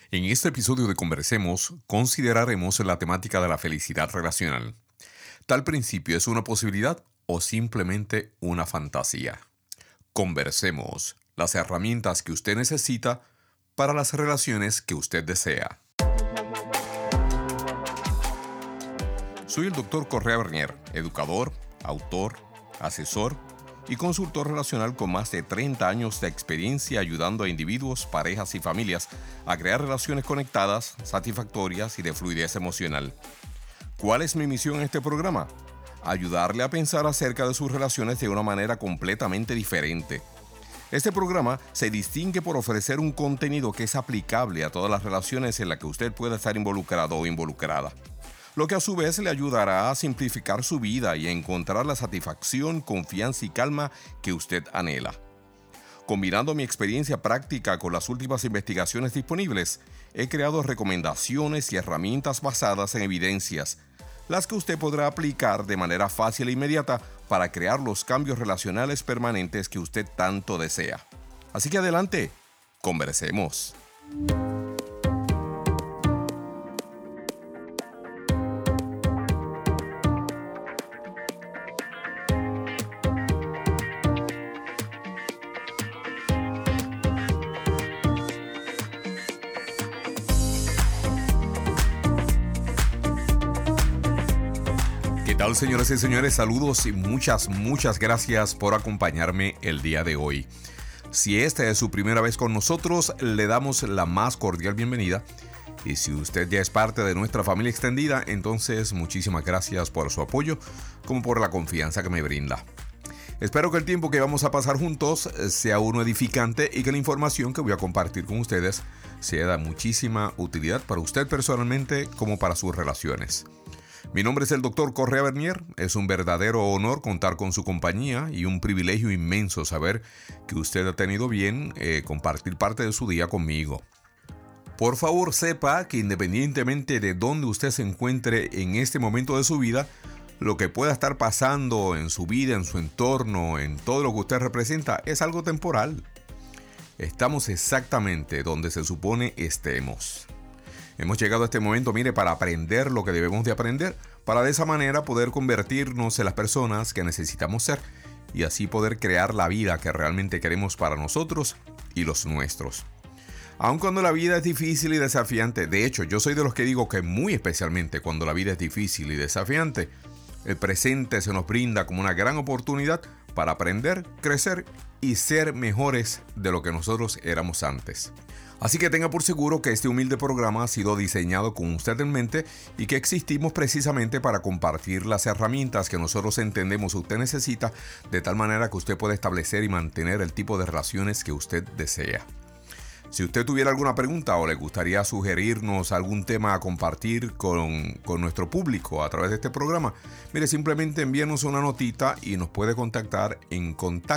En este episodio de Conversemos, consideraremos la temática de la felicidad relacional. ¿Tal principio es una posibilidad o simplemente una fantasía? Conversemos, las herramientas que usted necesita para las relaciones que usted desea. Soy el Dr. Correa Bernier, educador, autor, asesor y consultor relacional con más de 30 años de experiencia ayudando a individuos, parejas y familias a crear relaciones conectadas, satisfactorias y de fluidez emocional. ¿Cuál es mi misión en este programa? Ayudarle a pensar acerca de sus relaciones de una manera completamente diferente. Este programa se distingue por ofrecer un contenido que es aplicable a todas las relaciones en las que usted pueda estar involucrado o involucrada, lo que a su vez le ayudará a simplificar su vida y a encontrar la satisfacción, confianza y calma que usted anhela. Combinando mi experiencia práctica con las últimas investigaciones disponibles, he creado recomendaciones y herramientas basadas en evidencias, las que usted podrá aplicar de manera fácil e inmediata para crear los cambios relacionales permanentes que usted tanto desea. Así que adelante, conversemos. ¿Qué tal, señoras y señores? Saludos y muchas gracias por acompañarme el día de hoy. Si esta es su primera vez con nosotros, le damos la más cordial bienvenida. Y si usted ya es parte de nuestra familia extendida, entonces muchísimas gracias por su apoyo, como por la confianza que me brinda. Espero que el tiempo que vamos a pasar juntos sea uno edificante y que la información que voy a compartir con ustedes sea de muchísima utilidad para usted personalmente como para sus relaciones. Mi nombre es el Dr. Correa Bernier. Es un verdadero honor contar con su compañía y un privilegio inmenso saber que usted ha tenido bien compartir parte de su día conmigo. Por favor, sepa que independientemente de dónde usted se encuentre en este momento de su vida, lo que pueda estar pasando en su vida, en su entorno, en todo lo que usted representa, es algo temporal. Estamos exactamente donde se supone estemos. Hemos llegado a este momento, para aprender lo que debemos de aprender, para de esa manera poder convertirnos en las personas que necesitamos ser y así poder crear la vida que realmente queremos para nosotros y los nuestros. Aun cuando la vida es difícil y desafiante, de hecho, yo soy de los que digo que muy especialmente cuando la vida es difícil y desafiante, el presente se nos brinda como una gran oportunidad para aprender, crecer y ser mejores de lo que nosotros éramos antes. Así que tenga por seguro que este humilde programa ha sido diseñado con usted en mente y que existimos precisamente para compartir las herramientas que nosotros entendemos usted necesita, de tal manera que usted pueda establecer y mantener el tipo de relaciones que usted desea. Si usted tuviera alguna pregunta o le gustaría sugerirnos algún tema a compartir con nuestro público a través de este programa, simplemente envíenos una notita y nos puede contactar en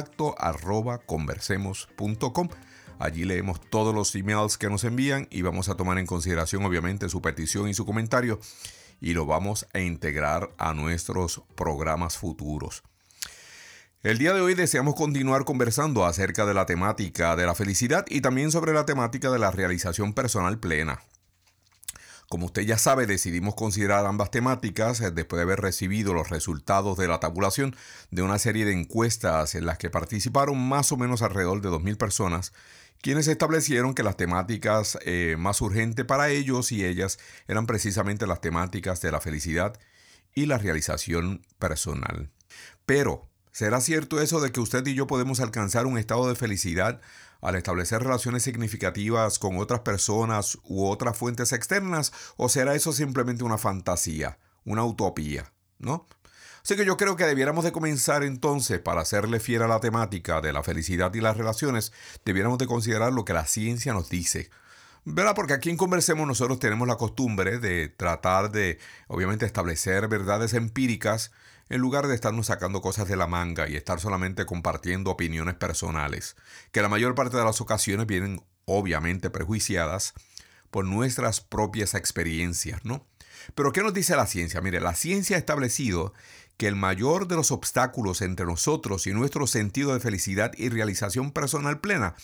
contacto@conversemos.com. Allí leemos todos los emails que nos envían y vamos a tomar en consideración obviamente su petición y su comentario y lo vamos a integrar a nuestros programas futuros. El día de hoy deseamos continuar conversando acerca de la temática de la felicidad y también sobre la temática de la realización personal plena. Como usted ya sabe, decidimos considerar ambas temáticas después de haber recibido los resultados de la tabulación de una serie de encuestas en las que participaron más o menos alrededor de 2,000 personas, quienes establecieron que las temáticas más urgentes para ellos y ellas eran precisamente las temáticas de la felicidad y la realización personal. Pero, ¿será cierto eso de que usted y yo podemos alcanzar un estado de felicidad al establecer relaciones significativas con otras personas u otras fuentes externas? ¿O será eso simplemente una fantasía, una utopía, ¿no? Así que yo creo que debiéramos de comenzar entonces, para hacerle fiel a la temática de la felicidad y las relaciones, debiéramos de considerar lo que la ciencia nos dice. ¿Verdad? Porque aquí en Conversemos nosotros tenemos la costumbre de tratar de, obviamente, establecer verdades empíricas en lugar de estarnos sacando cosas de la manga y estar solamente compartiendo opiniones personales, que la mayor parte de las ocasiones vienen obviamente prejuiciadas por nuestras propias experiencias, ¿no? Pero ¿qué nos dice la ciencia? La ciencia ha establecido que el mayor de los obstáculos entre nosotros y nuestro sentido de felicidad y realización personal plena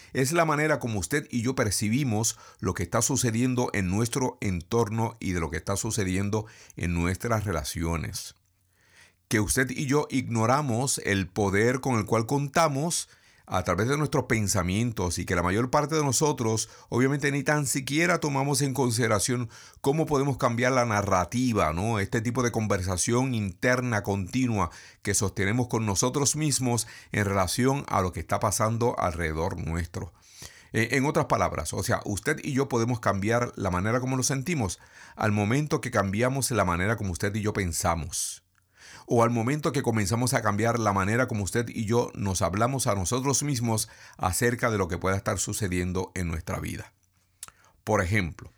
es la manera como usted y yo percibimos lo que está sucediendo en nuestro entorno y de lo que está sucediendo en nuestras relaciones. Que usted y yo ignoramos el poder con el cual contamos a través de nuestros pensamientos y que la mayor parte de nosotros obviamente ni tan siquiera tomamos en consideración cómo podemos cambiar la narrativa, ¿no? Este tipo de conversación interna continua que sostenemos con nosotros mismos en relación a lo que está pasando alrededor nuestro. En otras palabras, o sea, usted y yo podemos cambiar la manera como nos sentimos al momento que cambiamos la manera como usted y yo pensamos. O al momento que comenzamos a cambiar la manera como usted y yo nos hablamos a nosotros mismos acerca de lo que pueda estar sucediendo en nuestra vida. Por ejemplo,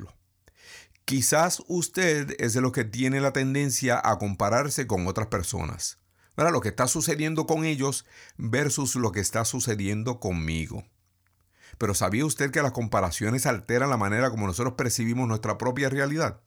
quizás usted es de los que tiene la tendencia a compararse con otras personas. ¿Verdad? Lo que está sucediendo con ellos versus lo que está sucediendo conmigo. Pero ¿sabía usted que las comparaciones alteran la manera como nosotros percibimos nuestra propia realidad?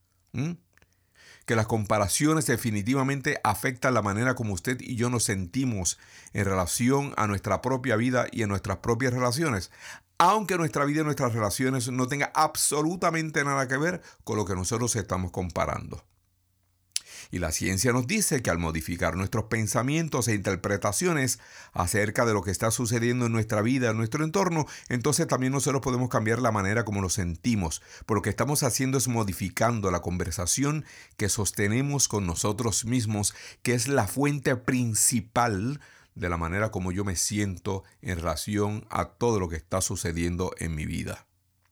Que las comparaciones definitivamente afectan la manera como usted y yo nos sentimos en relación a nuestra propia vida y en nuestras propias relaciones, aunque nuestra vida y nuestras relaciones no tenga absolutamente nada que ver con lo que nosotros estamos comparando. Y la ciencia nos dice que al modificar nuestros pensamientos e interpretaciones acerca de lo que está sucediendo en nuestra vida, en nuestro entorno, entonces también nosotros podemos cambiar la manera como nos sentimos. Porque lo que estamos haciendo es modificando la conversación que sostenemos con nosotros mismos, que es la fuente principal de la manera como yo me siento en relación a todo lo que está sucediendo en mi vida.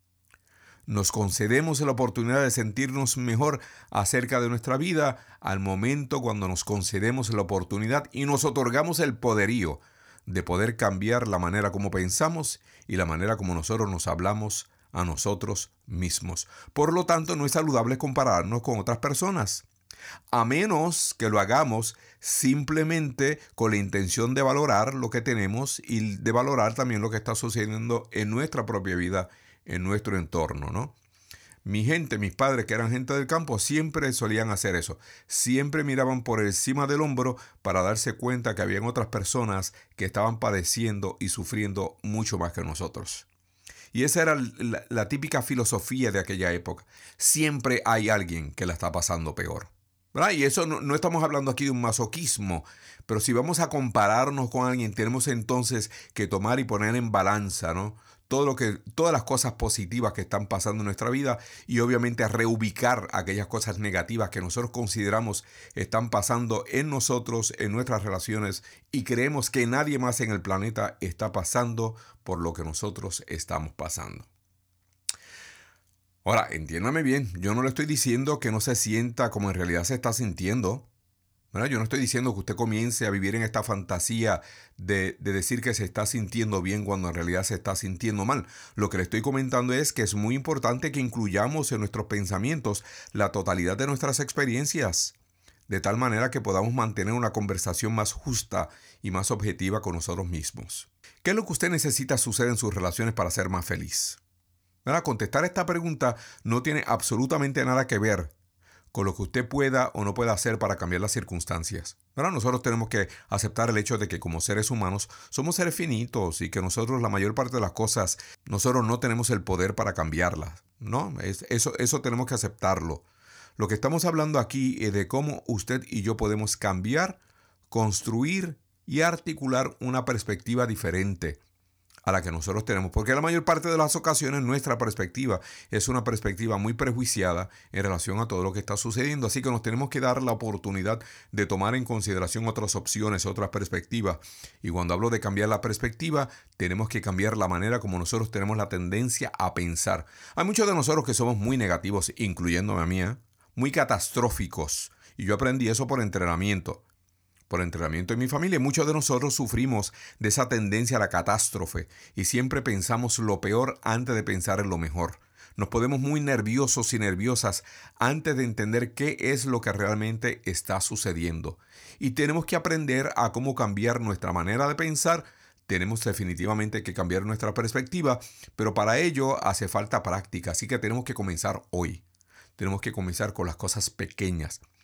Nos concedemos la oportunidad de sentirnos mejor acerca de nuestra vida al momento cuando nos concedemos la oportunidad y nos otorgamos el poderío de poder cambiar la manera como pensamos y la manera como nosotros nos hablamos a nosotros mismos. Por lo tanto, no es saludable compararnos con otras personas, a menos que lo hagamos simplemente con la intención de valorar lo que tenemos y de valorar también lo que está sucediendo en nuestra propia vida, en nuestro entorno, ¿no? Mi gente, mis padres que eran gente del campo, siempre solían hacer eso. Siempre miraban por encima del hombro para darse cuenta que habían otras personas que estaban padeciendo y sufriendo mucho más que nosotros. Y esa era la típica filosofía de aquella época. Siempre hay alguien que la está pasando peor, ¿verdad? Y eso no estamos hablando aquí de un masoquismo, pero si vamos a compararnos con alguien, tenemos entonces que tomar y poner en balanza, ¿no? Todas las cosas positivas que están pasando en nuestra vida y obviamente reubicar aquellas cosas negativas que nosotros consideramos están pasando en nosotros, en nuestras relaciones y creemos que nadie más en el planeta está pasando por lo que nosotros estamos pasando. Ahora, entiéndame bien, yo no le estoy diciendo que no se sienta como en realidad se está sintiendo. ¿Verdad? Yo no estoy diciendo que usted comience a vivir en esta fantasía de decir que se está sintiendo bien cuando en realidad se está sintiendo mal. Lo que le estoy comentando es que es muy importante que incluyamos en nuestros pensamientos la totalidad de nuestras experiencias, de tal manera que podamos mantener una conversación más justa y más objetiva con nosotros mismos. ¿Qué es lo que usted necesita suceder en sus relaciones para ser más feliz? ¿Verdad? Contestar esta pregunta no tiene absolutamente nada que ver con lo que usted pueda o no pueda hacer para cambiar las circunstancias. ¿Verdad? Nosotros tenemos que aceptar el hecho de que como seres humanos somos seres finitos y que nosotros la mayor parte de las cosas, nosotros no tenemos el poder para cambiarlas, ¿no? Eso tenemos que aceptarlo. Lo que estamos hablando aquí es de cómo usted y yo podemos cambiar, construir y articular una perspectiva diferente a la que nosotros tenemos, porque la mayor parte de las ocasiones nuestra perspectiva es una perspectiva muy prejuiciada en relación a todo lo que está sucediendo, así que nos tenemos que dar la oportunidad de tomar en consideración otras opciones, otras perspectivas, y cuando hablo de cambiar la perspectiva, tenemos que cambiar la manera como nosotros tenemos la tendencia a pensar. Hay muchos de nosotros que somos muy negativos, incluyéndome a mí, muy catastróficos, y yo aprendí eso por entrenamiento en mi familia. Muchos de nosotros sufrimos de esa tendencia a la catástrofe y siempre pensamos lo peor antes de pensar en lo mejor. Nos ponemos muy nerviosos y nerviosas antes de entender qué es lo que realmente está sucediendo. Y tenemos que aprender a cómo cambiar nuestra manera de pensar. Tenemos definitivamente que cambiar nuestra perspectiva, pero para ello hace falta práctica, así que tenemos que comenzar hoy. Tenemos que comenzar con las cosas pequeñas.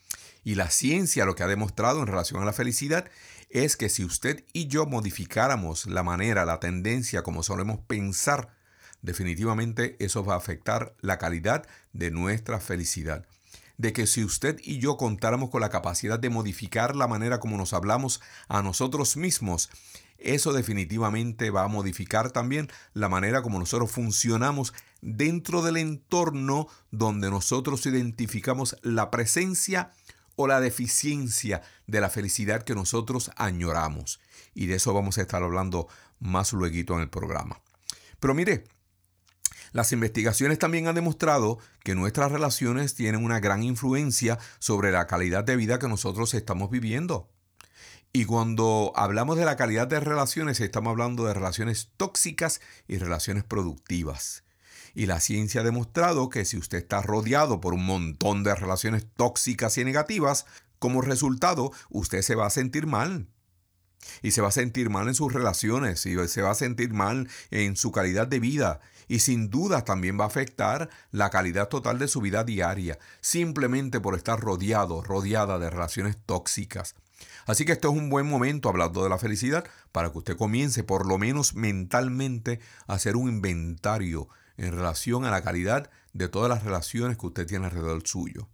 Y la ciencia lo que ha demostrado en relación a la felicidad es que si usted y yo modificáramos la manera, la tendencia como solemos pensar, definitivamente eso va a afectar la calidad de nuestra felicidad. De que si usted y yo contáramos con la capacidad de modificar la manera como nos hablamos a nosotros mismos, eso definitivamente va a modificar también la manera como nosotros funcionamos dentro del entorno donde nosotros identificamos la presencia o la deficiencia de la felicidad que nosotros añoramos. Y de eso vamos a estar hablando más luego en el programa. Pero mire, las investigaciones también han demostrado que nuestras relaciones tienen una gran influencia sobre la calidad de vida que nosotros estamos viviendo. Y cuando hablamos de la calidad de relaciones, estamos hablando de relaciones tóxicas y relaciones productivas. Y la ciencia ha demostrado que si usted está rodeado por un montón de relaciones tóxicas y negativas, como resultado, usted se va a sentir mal. Y se va a sentir mal en sus relaciones, y se va a sentir mal en su calidad de vida. Y sin duda también va a afectar la calidad total de su vida diaria, simplemente por estar rodeada de relaciones tóxicas. Así que este es un buen momento, hablando de la felicidad, para que usted comience por lo menos mentalmente a hacer un inventario en relación a la calidad de todas las relaciones que usted tiene alrededor suyo.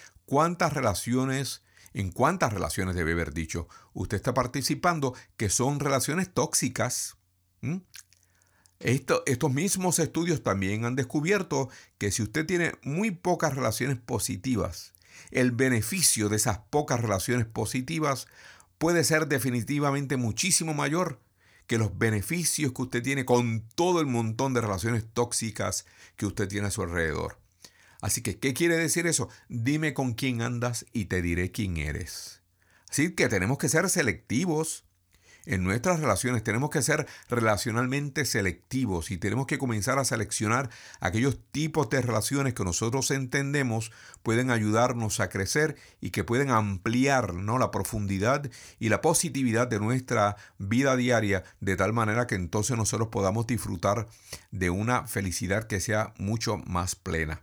¿En cuántas relaciones debe haber dicho usted está participando que son relaciones tóxicas? Estos mismos estudios también han descubierto que si usted tiene muy pocas relaciones positivas, el beneficio de esas pocas relaciones positivas puede ser definitivamente muchísimo mayor que los beneficios que usted tiene con todo el montón de relaciones tóxicas que usted tiene a su alrededor. Así que, ¿qué quiere decir eso? Dime con quién andas y te diré quién eres. Así que tenemos que ser selectivos en nuestras relaciones, tenemos que ser relacionalmente selectivos y tenemos que comenzar a seleccionar aquellos tipos de relaciones que nosotros entendemos pueden ayudarnos a crecer y que pueden ampliar, ¿no?, la profundidad y la positividad de nuestra vida diaria, de tal manera que entonces nosotros podamos disfrutar de una felicidad que sea mucho más plena.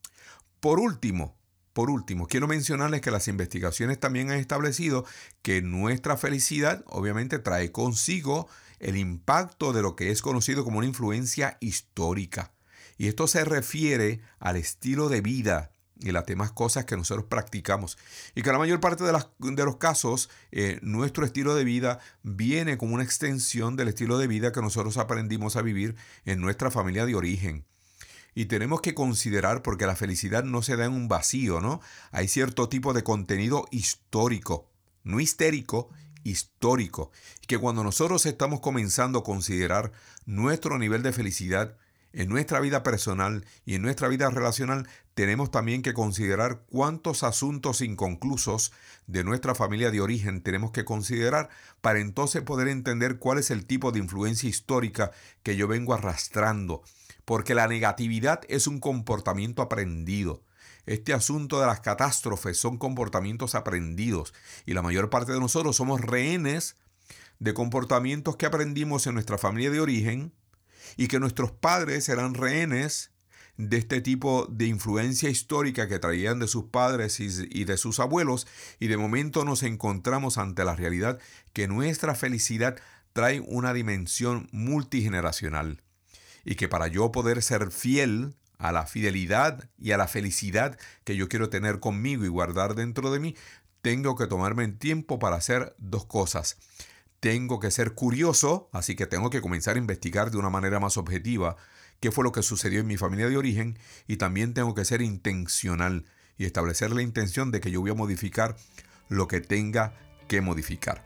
Por último, quiero mencionarles que las investigaciones también han establecido que nuestra felicidad obviamente trae consigo el impacto de lo que es conocido como una influencia histórica. Y esto se refiere al estilo de vida y las demás cosas que nosotros practicamos. Y que la mayor parte de los casos, nuestro estilo de vida viene como una extensión del estilo de vida que nosotros aprendimos a vivir en nuestra familia de origen. Y tenemos que considerar, porque la felicidad no se da en un vacío, ¿no? Hay cierto tipo de contenido histórico, no histérico, histórico. Y que cuando nosotros estamos comenzando a considerar nuestro nivel de felicidad en nuestra vida personal y en nuestra vida relacional, tenemos también que considerar cuántos asuntos inconclusos de nuestra familia de origen tenemos que considerar para entonces poder entender cuál es el tipo de influencia histórica que yo vengo arrastrando. Porque la negatividad es un comportamiento aprendido. Este asunto de las catástrofes son comportamientos aprendidos y la mayor parte de nosotros somos rehenes de comportamientos que aprendimos en nuestra familia de origen y que nuestros padres eran rehenes de este tipo de influencia histórica que traían de sus padres y de sus abuelos, y de momento nos encontramos ante la realidad que nuestra felicidad trae una dimensión multigeneracional. Y que para yo poder ser fiel a la fidelidad y a la felicidad que yo quiero tener conmigo y guardar dentro de mí, tengo que tomarme el tiempo para hacer dos cosas. Tengo que ser curioso, así que tengo que comenzar a investigar de una manera más objetiva qué fue lo que sucedió en mi familia de origen, y también tengo que ser intencional y establecer la intención de que yo voy a modificar lo que tenga que modificar.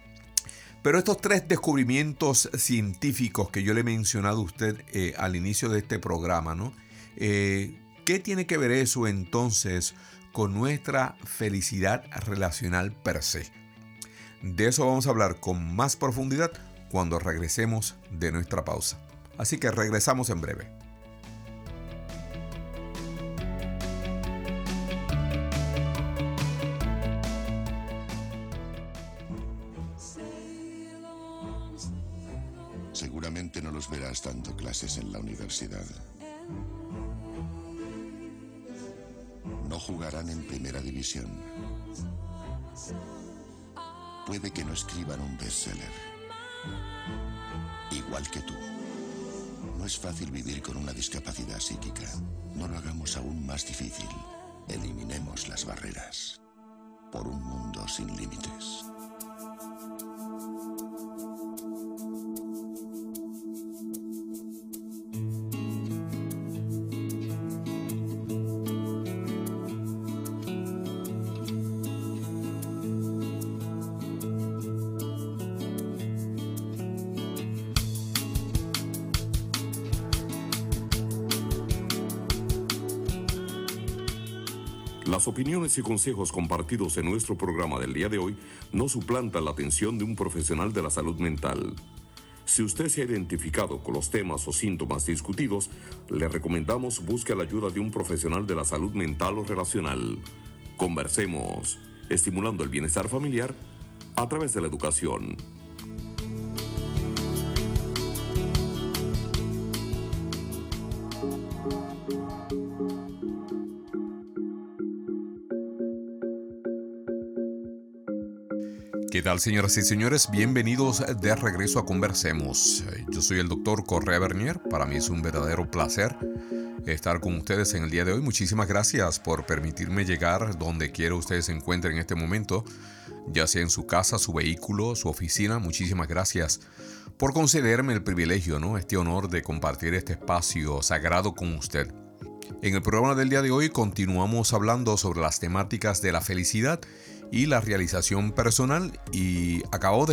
Pero estos tres descubrimientos científicos que yo le he mencionado a usted al inicio de este programa, ¿no? ¿Qué tiene que ver eso entonces con nuestra felicidad relacional per se? De eso vamos a hablar con más profundidad cuando regresemos de nuestra pausa. Así que regresamos en breve. Seguramente no los verás dando clases en la universidad. No No jugarán en primera división. Puede que no escriban un bestseller. Igual que tú. No es fácil vivir con una discapacidad psíquica. No lo hagamos aún más difícil. Eliminemos las barreras. Por un mundo sin límites. Las opiniones y consejos compartidos en nuestro programa del día de hoy no suplantan la atención de un profesional de la salud mental. Si usted se ha identificado con los temas o síntomas discutidos, le recomendamos busque la ayuda de un profesional de la salud mental o relacional. Conversemos, estimulando el bienestar familiar a través de la educación. ¿Qué tal, señoras y señores? Bienvenidos de regreso a Conversemos. Yo soy el doctor Correa Bernier. Para mí es un verdadero placer estar con ustedes en el día de hoy. Muchísimas gracias por permitirme llegar donde quiera ustedes se encuentren en este momento, ya sea en su casa, su vehículo, su oficina. Muchísimas gracias por concederme el privilegio, este honor de compartir este espacio sagrado con usted. En el programa del día de hoy continuamos hablando sobre las temáticas de la felicidad y la realización personal, y acabamos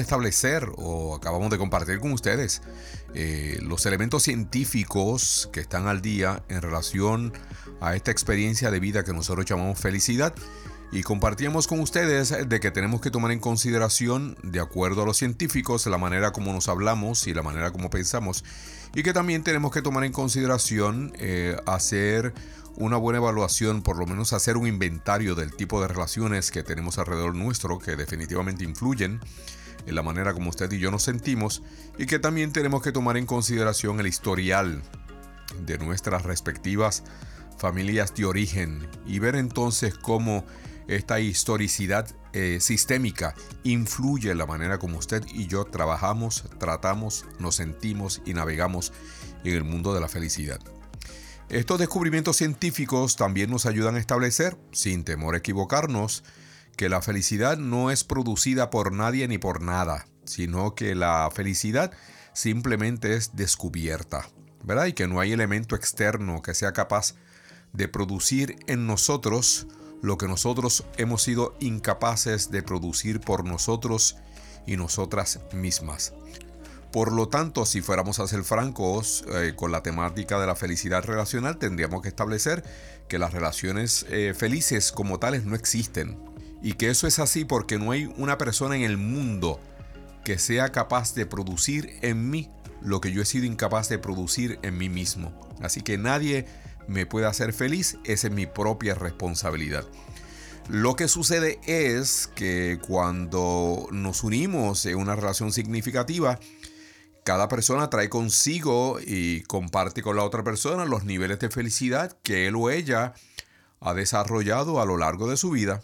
de compartir con ustedes los elementos científicos que están al día en relación a esta experiencia de vida que nosotros llamamos felicidad, y compartíamos con ustedes de que tenemos que tomar en consideración, de acuerdo a los científicos, la manera como nos hablamos y la manera como pensamos, y que también tenemos que tomar en consideración hacer una buena evaluación, por lo menos hacer un inventario del tipo de relaciones que tenemos alrededor nuestro, que definitivamente influyen en la manera como usted y yo nos sentimos, y que también tenemos que tomar en consideración el historial de nuestras respectivas familias de origen, y ver entonces cómo esta historicidad sistémica influye en la manera como usted y yo trabajamos, tratamos, nos sentimos y navegamos en el mundo de la felicidad. Estos descubrimientos científicos también nos ayudan a establecer, sin temor a equivocarnos, que la felicidad no es producida por nadie ni por nada, sino que la felicidad simplemente es descubierta, ¿verdad? Y que no hay elemento externo que sea capaz de producir en nosotros lo que nosotros hemos sido incapaces de producir por nosotros y nosotras mismas. Por lo tanto, si fuéramos a ser francos con la temática de la felicidad relacional, tendríamos que establecer que las relaciones felices como tales no existen. Y que eso es así porque no hay una persona en el mundo que sea capaz de producir en mí lo que yo he sido incapaz de producir en mí mismo. Así que nadie me puede hacer feliz, esa es mi propia responsabilidad. Lo que sucede es que cuando nos unimos en una relación significativa, cada persona trae consigo y comparte con la otra persona los niveles de felicidad que él o ella ha desarrollado a lo largo de su vida.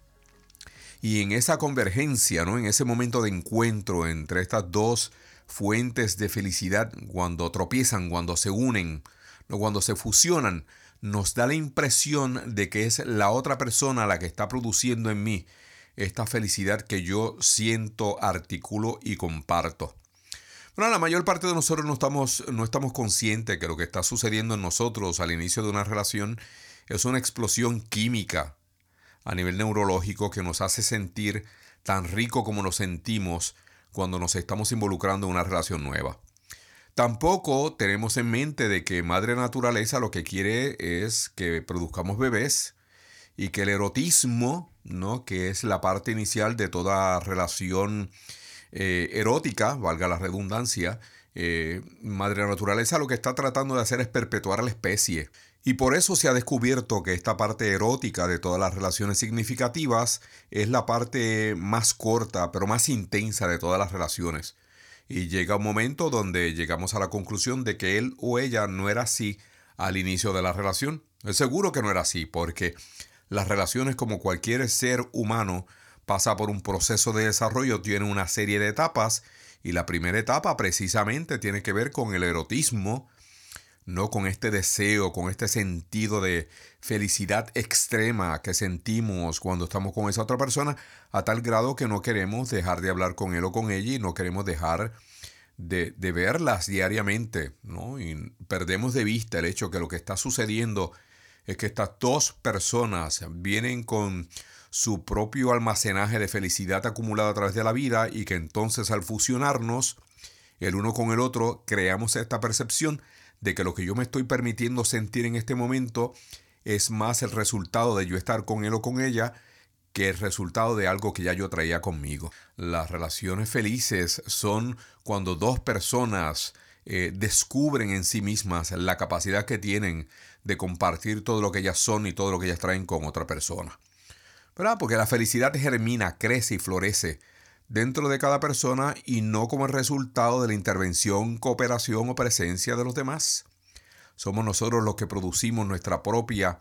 Y en esa convergencia, en ese momento de encuentro entre estas dos fuentes de felicidad, cuando tropiezan, cuando se unen, cuando se fusionan, nos da la impresión de que es la otra persona la que está produciendo en mí esta felicidad que yo siento, articulo y comparto. Bueno, la mayor parte de nosotros no estamos conscientes que lo que está sucediendo en nosotros al inicio de una relación es una explosión química a nivel neurológico que nos hace sentir tan rico como nos sentimos cuando nos estamos involucrando en una relación nueva. Tampoco tenemos en mente de que Madre Naturaleza lo que quiere es que produzcamos bebés y que el erotismo, que es la parte inicial de toda relación erótica, valga la redundancia, Madre Naturaleza lo que está tratando de hacer es perpetuar la especie. Y por eso se ha descubierto que esta parte erótica de todas las relaciones significativas es la parte más corta, pero más intensa de todas las relaciones. Y llega un momento donde llegamos a la conclusión de que él o ella no era así al inicio de la relación. Es seguro que no era así, porque Las relaciones, como cualquier ser humano, pasa por un proceso de desarrollo, tiene una serie de etapas, y la primera etapa precisamente tiene que ver con el erotismo, no con este deseo, con este sentido de felicidad extrema que sentimos cuando estamos con esa otra persona, a tal grado que no queremos dejar de hablar con él o con ella y no queremos dejar de verlas diariamente, ¿no? Y perdemos de vista el hecho que lo que está sucediendo es que estas dos personas vienen con su propio almacenaje de felicidad acumulada a través de la vida, y que entonces al fusionarnos el uno con el otro creamos esta percepción de que lo que yo me estoy permitiendo sentir en este momento es más el resultado de yo estar con él o con ella que el resultado de algo que ya yo traía conmigo. Las relaciones felices son cuando dos personas descubren en sí mismas la capacidad que tienen de compartir todo lo que ellas son y todo lo que ellas traen con otra persona, ¿verdad? Porque la felicidad germina, crece y florece dentro de cada persona y no como el resultado de la intervención, cooperación o presencia de los demás. Somos nosotros los que producimos nuestro propio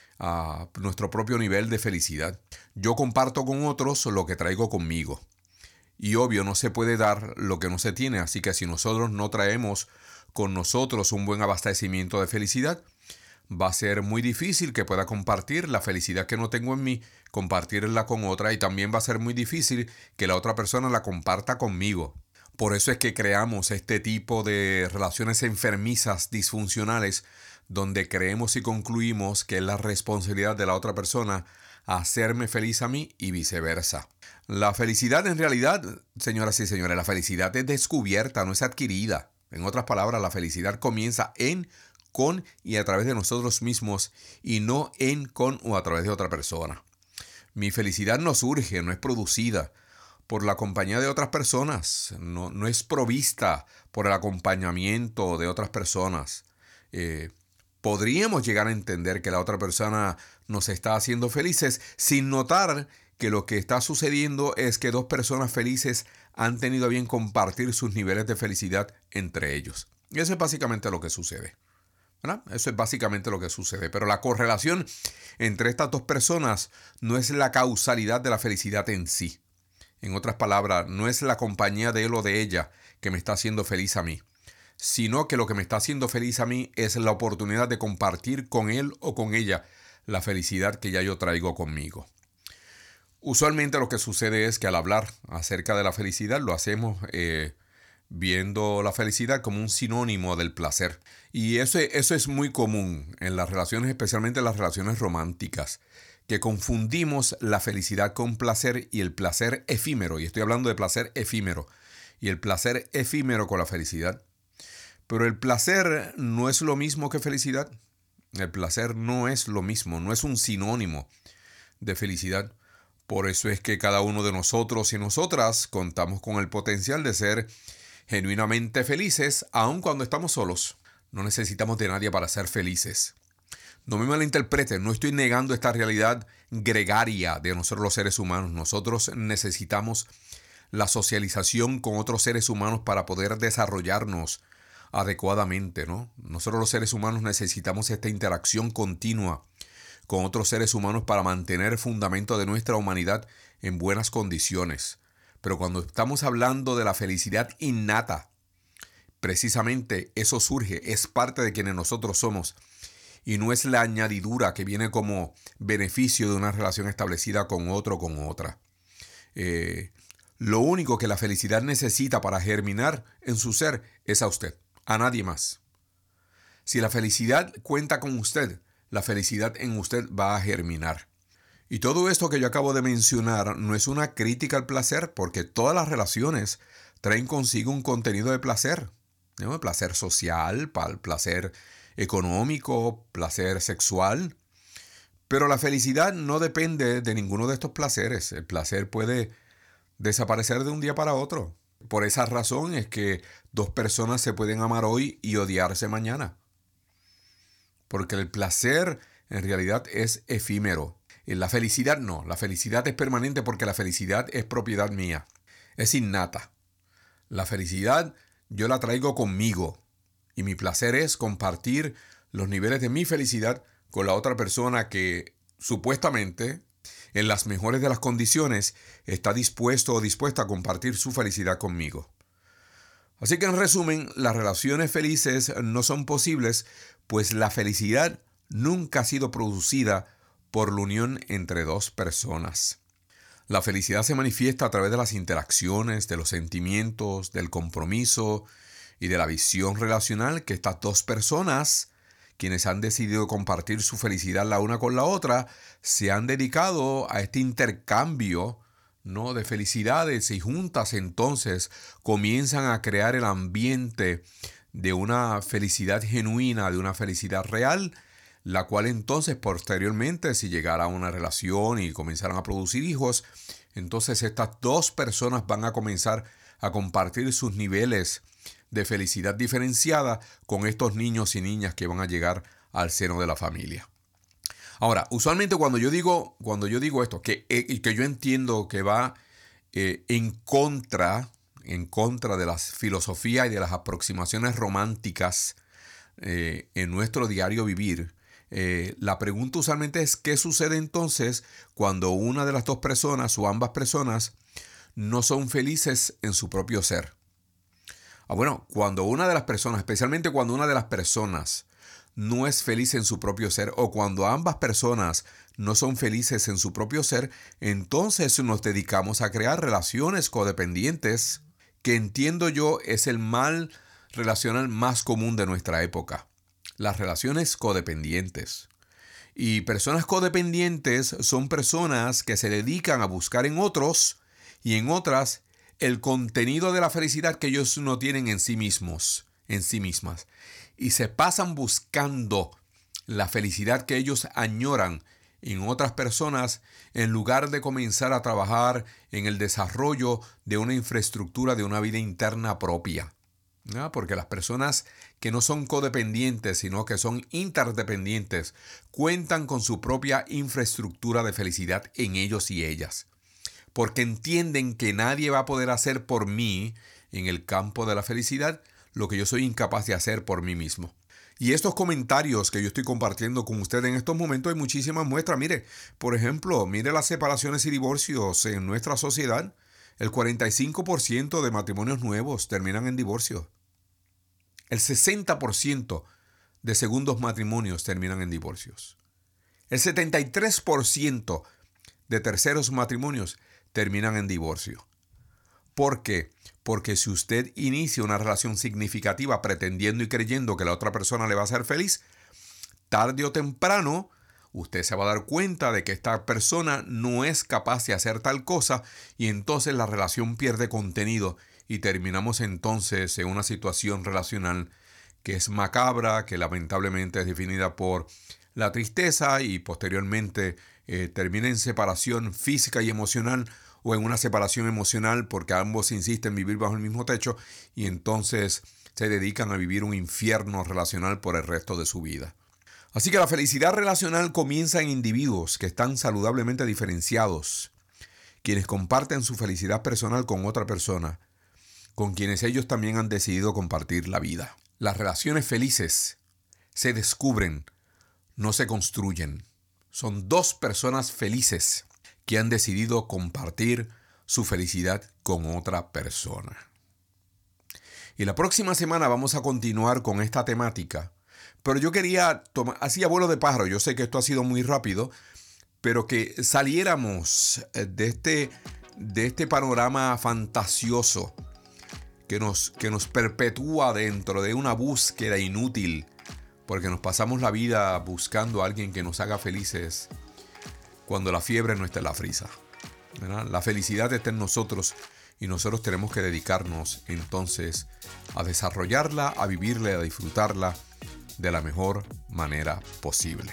nivel de felicidad. Yo comparto con otros lo que traigo conmigo. Y obvio, no se puede dar lo que no se tiene, así que si nosotros no traemos con nosotros un buen abastecimiento de felicidad, va a ser muy difícil que pueda compartir la felicidad que no tengo en mí, compartirla con otra, y también va a ser muy difícil que la otra persona la comparta conmigo. Por eso es que creamos este tipo de relaciones enfermizas, disfuncionales, donde creemos y concluimos que es la responsabilidad de la otra persona hacerme feliz a mí y viceversa. La felicidad en realidad, señoras y señores, la felicidad es descubierta, no es adquirida. En otras palabras, la felicidad comienza en, con y a través de nosotros mismos, y no en, con o a través de otra persona. Mi felicidad no surge, no es producida por la compañía de otras personas, no es provista por el acompañamiento de otras personas. Podríamos llegar a entender que la otra persona nos está haciendo felices sin notar que lo que está sucediendo es que dos personas felices han tenido a bien compartir sus niveles de felicidad entre ellos. Y eso es básicamente lo que sucede, ¿verdad? Eso es básicamente lo que sucede. Pero la correlación entre estas dos personas no es la causalidad de la felicidad en sí. En otras palabras, no es la compañía de él o de ella que me está haciendo feliz a mí, sino que lo que me está haciendo feliz a mí es la oportunidad de compartir con él o con ella la felicidad que ya yo traigo conmigo. Usualmente lo que sucede es que al hablar acerca de la felicidad lo hacemos viendo la felicidad como un sinónimo del placer. Y eso es muy común en las relaciones, especialmente en las relaciones románticas, que confundimos la felicidad con placer y el placer efímero. Y estoy hablando de placer efímero. Y el placer efímero con la felicidad. Pero el placer no es lo mismo que felicidad. El placer no es lo mismo, no es un sinónimo de felicidad. Por eso es que cada uno de nosotros y nosotras contamos con el potencial de ser genuinamente felices, aun cuando estamos solos. No necesitamos de nadie para ser felices. No me malinterpreten, no estoy negando esta realidad gregaria de nosotros los seres humanos. Nosotros necesitamos la socialización con otros seres humanos para poder desarrollarnos adecuadamente, ¿no? Nosotros los seres humanos necesitamos esta interacción continua con otros seres humanos para mantener el fundamento de nuestra humanidad en buenas condiciones. Pero cuando estamos hablando de la felicidad innata, precisamente eso surge, es parte de quienes nosotros somos, y no es la añadidura que viene como beneficio de una relación establecida con otro o con otra. Lo único que la felicidad necesita para germinar en su ser es a usted, a nadie más. Si la felicidad cuenta con usted, la felicidad en usted va a germinar. Y todo esto que yo acabo de mencionar no es una crítica al placer, porque todas las relaciones traen consigo un contenido de placer, ¿no? Placer social, placer económico, placer sexual. Pero la felicidad no depende de ninguno de estos placeres. El placer puede desaparecer de un día para otro. Por esa razón es que dos personas se pueden amar hoy y odiarse mañana. Porque el placer en realidad es efímero. La felicidad no. La felicidad es permanente porque la felicidad es propiedad mía. Es innata. La felicidad yo la traigo conmigo. Y mi placer es compartir los niveles de mi felicidad con la otra persona que supuestamente, en las mejores de las condiciones, está dispuesto o dispuesta a compartir su felicidad conmigo. Así que en resumen, las relaciones felices no son posibles, pues la felicidad nunca ha sido producida por la unión entre dos personas. La felicidad se manifiesta a través de las interacciones, de los sentimientos, del compromiso y de la visión relacional que estas dos personas, quienes han decidido compartir su felicidad la una con la otra, se han dedicado a este intercambio, ¿no?, de felicidades, y juntas entonces comienzan a crear el ambiente de una felicidad genuina, de una felicidad real, la cual entonces posteriormente, si llegara a una relación y comenzaran a producir hijos, entonces estas dos personas van a comenzar a compartir sus niveles de felicidad diferenciada con estos niños y niñas que van a llegar al seno de la familia. Ahora, usualmente cuando yo digo esto, que yo entiendo que va en contra de las filosofías y de las aproximaciones románticas en nuestro diario vivir, la pregunta usualmente es: ¿qué sucede entonces cuando una de las dos personas o ambas personas no son felices en su propio ser? Bueno, cuando una de las personas, especialmente cuando una de las personas no es feliz en su propio ser, o cuando ambas personas no son felices en su propio ser, entonces nos dedicamos a crear relaciones codependientes, que entiendo yo es el mal relacional más común de nuestra época. Las relaciones codependientes. Y personas codependientes son personas que se dedican a buscar en otros y en otras el contenido de la felicidad que ellos no tienen en sí mismos, en sí mismas. Y se pasan buscando la felicidad que ellos añoran en otras personas, en lugar de comenzar a trabajar en el desarrollo de una infraestructura de una vida interna propia, ¿no? Porque las personas que no son codependientes, sino que son interdependientes, cuentan con su propia infraestructura de felicidad en ellos y ellas, porque entienden que nadie va a poder hacer por mí en el campo de la felicidad lo que yo soy incapaz de hacer por mí mismo. Y estos comentarios que yo estoy compartiendo con usted en estos momentos, hay muchísimas muestras. Mire, por ejemplo, mire las separaciones y divorcios en nuestra sociedad. El 45% de matrimonios nuevos terminan en divorcio. El 60% de segundos matrimonios terminan en divorcios. El 73% de terceros matrimonios terminan en divorcio. ¿Por qué? Porque si usted inicia una relación significativa pretendiendo y creyendo que la otra persona le va a hacer feliz, tarde o temprano usted se va a dar cuenta de que esta persona no es capaz de hacer tal cosa, y entonces la relación pierde contenido y terminamos entonces en una situación relacional que es macabra, que lamentablemente es definida por la tristeza y posteriormente termina en separación física y emocional, o en una separación emocional porque ambos insisten en vivir bajo el mismo techo y entonces se dedican a vivir un infierno relacional por el resto de su vida. Así que la felicidad relacional comienza en individuos que están saludablemente diferenciados, quienes comparten su felicidad personal con otra persona, con quienes ellos también han decidido compartir la vida. Las relaciones felices se descubren, no se construyen. Son dos personas felices que han decidido compartir su felicidad con otra persona. Y la próxima semana vamos a continuar con esta temática, pero yo quería tomar así a vuelo de pájaro. Yo sé que esto ha sido muy rápido, pero que saliéramos de este panorama fantasioso que nos perpetúa dentro de una búsqueda inútil, porque nos pasamos la vida buscando a alguien que nos haga felices cuando la fiebre no está en la frisa, ¿verdad? La felicidad está en nosotros y nosotros tenemos que dedicarnos entonces a desarrollarla, a vivirla, a disfrutarla de la mejor manera posible.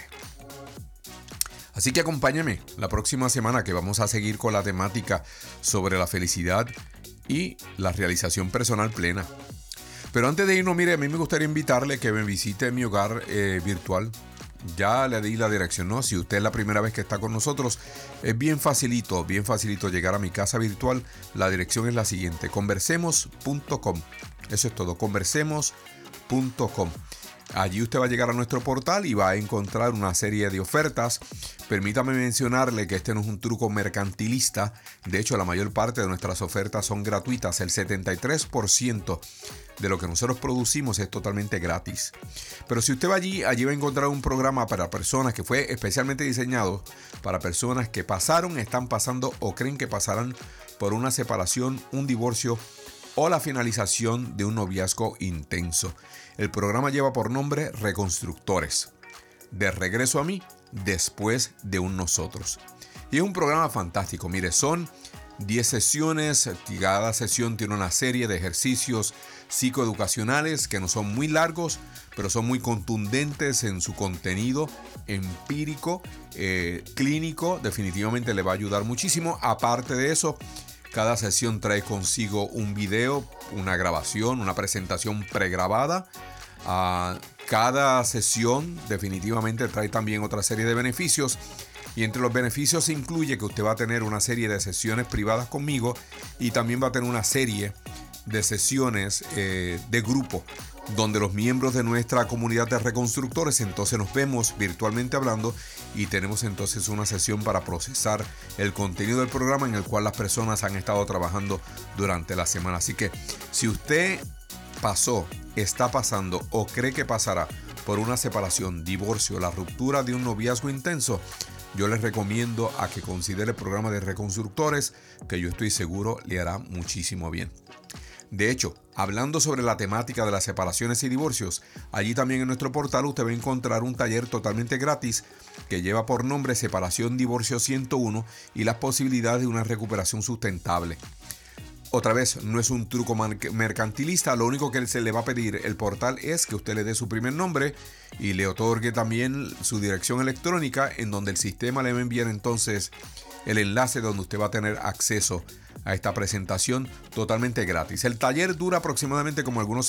Así que acompáñame la próxima semana, que vamos a seguir con la temática sobre la felicidad y la realización personal plena. Pero antes de irnos, mire, a mí me gustaría invitarle que me visite mi hogar virtual. Ya le di la dirección, ¿no? Si usted es la primera vez que está con nosotros, es bien facilito llegar a mi casa virtual. La dirección es la siguiente: conversemos.com. Eso es todo, conversemos.com. Allí usted va a llegar a nuestro portal y va a encontrar una serie de ofertas. Permítame mencionarle que este no es un truco mercantilista. De hecho, la mayor parte de nuestras ofertas son gratuitas. El 73% de lo que nosotros producimos es totalmente gratis. Pero si usted va allí va a encontrar un programa para personas que fue especialmente diseñado para personas que pasaron, están pasando o creen que pasarán por una separación, un divorcio o la finalización de un noviazgo intenso. El programa lleva por nombre Reconstructores. De regreso a mí, después de un nosotros. Y es un programa fantástico. Mire, son 10 sesiones. Cada sesión tiene una serie de ejercicios psicoeducacionales que no son muy largos, pero son muy contundentes en su contenido empírico, clínico. Definitivamente le va a ayudar muchísimo. Aparte de eso, cada sesión trae consigo un video, una grabación, una presentación pregrabada. Cada sesión definitivamente trae también otra serie de beneficios. Y entre los beneficios se incluye que usted va a tener una serie de sesiones privadas conmigo y también va a tener una serie de sesiones de grupo donde los miembros de nuestra comunidad de reconstructores entonces nos vemos virtualmente hablando y tenemos entonces una sesión para procesar el contenido del programa en el cual las personas han estado trabajando durante la semana. Así que si usted pasó, está pasando o cree que pasará por una separación, divorcio, la ruptura de un noviazgo intenso, yo les recomiendo a que considere el programa de reconstructores, que yo estoy seguro le hará muchísimo bien. De hecho, hablando sobre la temática de las separaciones y divorcios, allí también en nuestro portal usted va a encontrar un taller totalmente gratis que lleva por nombre Separación Divorcio 101 y las posibilidades de una recuperación sustentable. Otra vez, no es un truco mercantilista, lo único que se le va a pedir el portal es que usted le dé su primer nombre y le otorgue también su dirección electrónica, en donde el sistema le va a enviar entonces el enlace donde usted va a tener acceso a esta presentación totalmente gratis. El taller dura aproximadamente como algunos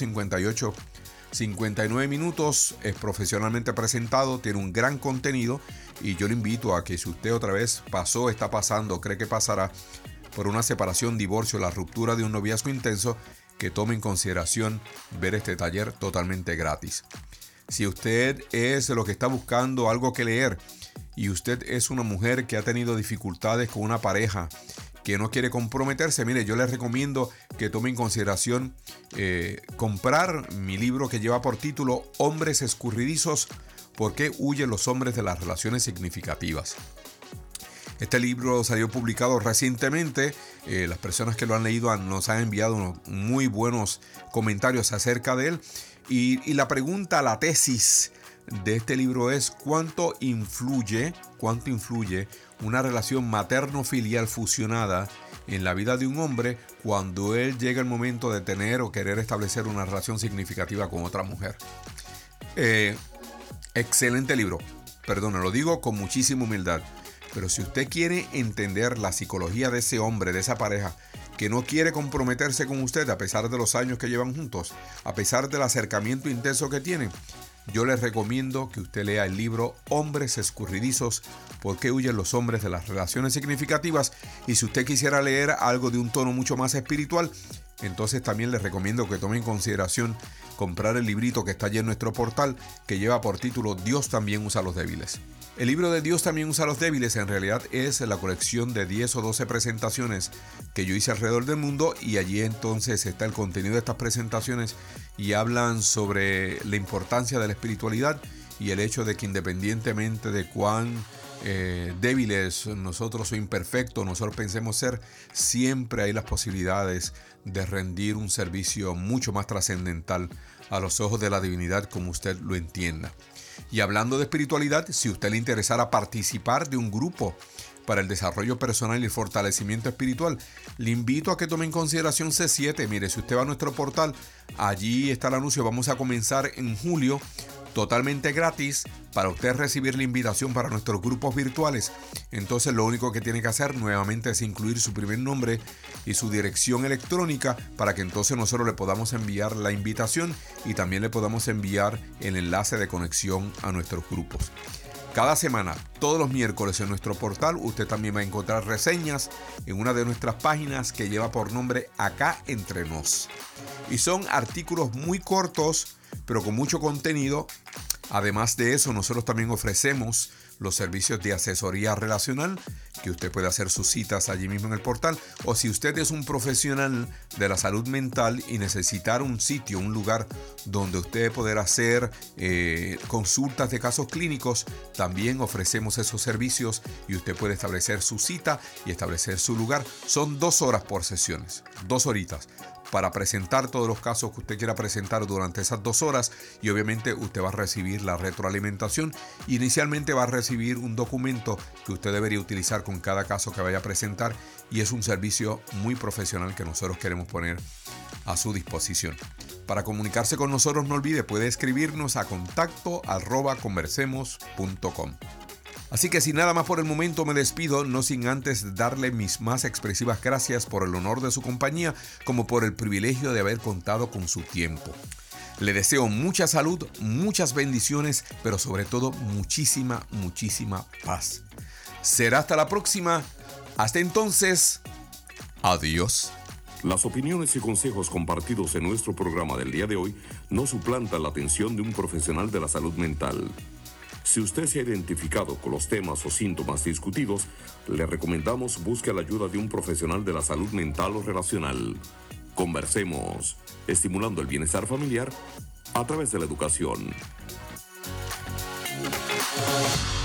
59 minutos, es profesionalmente presentado, tiene un gran contenido y yo le invito a que si usted otra vez pasó, está pasando, cree que pasará por una separación, divorcio, la ruptura de un noviazgo intenso, que tome en consideración ver este taller totalmente gratis. Si usted es lo que está buscando algo que leer y usted es una mujer que ha tenido dificultades con una pareja que no quiere comprometerse, mire, yo les recomiendo que tome en consideración comprar mi libro que lleva por título Hombres escurridizos, ¿por qué huyen los hombres de las relaciones significativas? Este libro salió publicado recientemente. Las personas que lo han leído nos han enviado unos muy buenos comentarios acerca de él. Y la pregunta, la tesis de este libro es ¿cuánto influye una relación materno-filial fusionada en la vida de un hombre cuando él llega el momento de tener o querer establecer una relación significativa con otra mujer? Excelente libro. Perdón, lo digo con muchísima humildad. Pero si usted quiere entender la psicología de ese hombre, de esa pareja, que no quiere comprometerse con usted a pesar de los años que llevan juntos, a pesar del acercamiento intenso que tienen, yo les recomiendo que usted lea el libro Hombres escurridizos, ¿por qué huyen los hombres de las relaciones significativas? Y si usted quisiera leer algo de un tono mucho más espiritual, entonces también les recomiendo que tome en consideración comprar el librito que está allí en nuestro portal, que lleva por título Dios también usa a los débiles. El libro de Dios también usa a los débiles en realidad es la colección de 10 o 12 presentaciones que yo hice alrededor del mundo, y allí entonces está el contenido de estas presentaciones y hablan sobre la importancia de la espiritualidad y el hecho de que independientemente de cuán débiles nosotros o imperfectos nosotros pensemos ser, siempre hay las posibilidades de rendir un servicio mucho más trascendental a los ojos de la divinidad como usted lo entienda. Y hablando de espiritualidad, si a usted le interesara participar de un grupo para el desarrollo personal y el fortalecimiento espiritual, le invito a que tome en consideración C7. Mire, si usted va a nuestro portal, allí está el anuncio. Vamos a comenzar en julio totalmente gratis para usted recibir la invitación para nuestros grupos virtuales. Entonces lo único que tiene que hacer nuevamente es incluir su primer nombre y su dirección electrónica para que entonces nosotros le podamos enviar la invitación y también le podamos enviar el enlace de conexión a nuestros grupos. Cada semana, todos los miércoles en nuestro portal, usted también va a encontrar reseñas en una de nuestras páginas que lleva por nombre Acá Entre Nos. Y son artículos muy cortos, pero con mucho contenido. Además de eso, nosotros también ofrecemos los servicios de asesoría relacional, que usted puede hacer sus citas allí mismo en el portal, o si usted es un profesional de la salud mental y necesitar un sitio, un lugar donde usted poder hacer consultas de casos clínicos, también ofrecemos esos servicios y usted puede establecer su cita y establecer su lugar. Son 2 horas por sesiones, 2 horitas, para presentar todos los casos que usted quiera presentar durante esas 2 horas, y obviamente usted va a recibir la retroalimentación. Inicialmente va a recibir un documento que usted debería utilizar con cada caso que vaya a presentar, y es un servicio muy profesional que nosotros queremos poner a su disposición. Para comunicarse con nosotros, no olvide, puede escribirnos a contacto@conversemos.com. Así que sin nada más por el momento me despido, no sin antes darle mis más expresivas gracias por el honor de su compañía, como por el privilegio de haber contado con su tiempo. Le deseo mucha salud, muchas bendiciones, pero sobre todo muchísima paz. Será hasta la próxima. Hasta entonces, adiós. Las opiniones y consejos compartidos en nuestro programa del día de hoy no suplantan la atención de un profesional de la salud mental. Si usted se ha identificado con los temas o síntomas discutidos, le recomendamos busque la ayuda de un profesional de la salud mental o relacional. Conversemos, estimulando el bienestar familiar a través de la educación.